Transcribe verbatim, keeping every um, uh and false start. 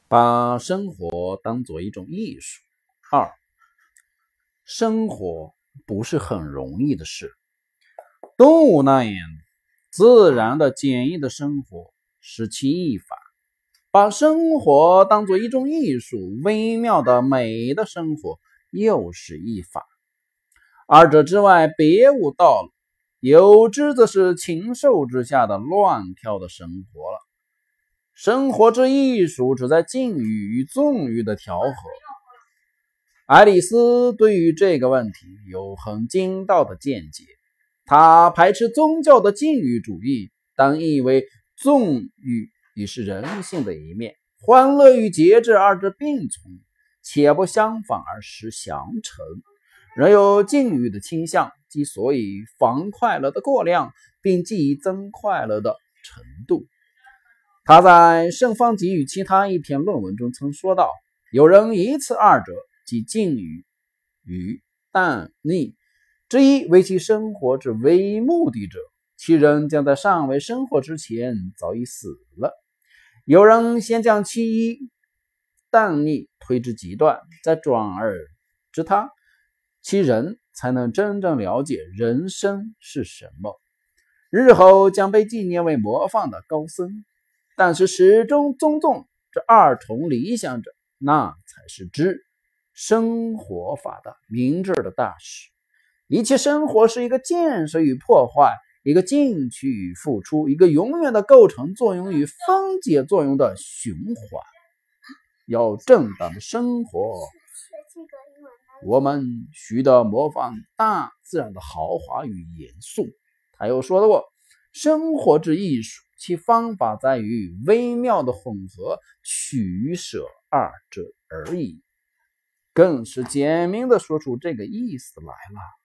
把生活当作一种艺术。二，生活不是很容易的事。动物那样自然的简易的生活是其一法，把生活当作一种艺术，微妙的美的生活又是一法。二者之外别无道理，有之则是禽兽之下的乱跳的生活了。生活之艺术只在禁欲与纵欲的调和。爱丽丝对于这个问题有很精到的见解，她排斥宗教的禁欲主义，但认为纵欲也是人性的一面，欢乐与节制二者并存，且不相反而是相成。人有禁欲的倾向，即所以防快乐的过量，并计增快乐的程度。他在《圣方济与其他》一篇论文中曾说道，有人以此二者，即禁欲与淡溺之一为其生活之唯一目的者，其人将在尚未生活之前早已死了。有人先将其一淡溺推至极端，再转而知他，其人才能真正了解人生是什么，日后将被纪念为模范的高僧。但是始终尊重这二重理想者，那才是知生活法的明智的大师。一切生活是一个建设与破坏，一个进取与付出，一个永远的构成作用与分解作用的循环。要正当的生活，我们须得模仿大自然的豪华与严肃。他又说过，生活之艺术，其方法在于微妙的混合取舍二者而已，更是简明地说出这个意思来了。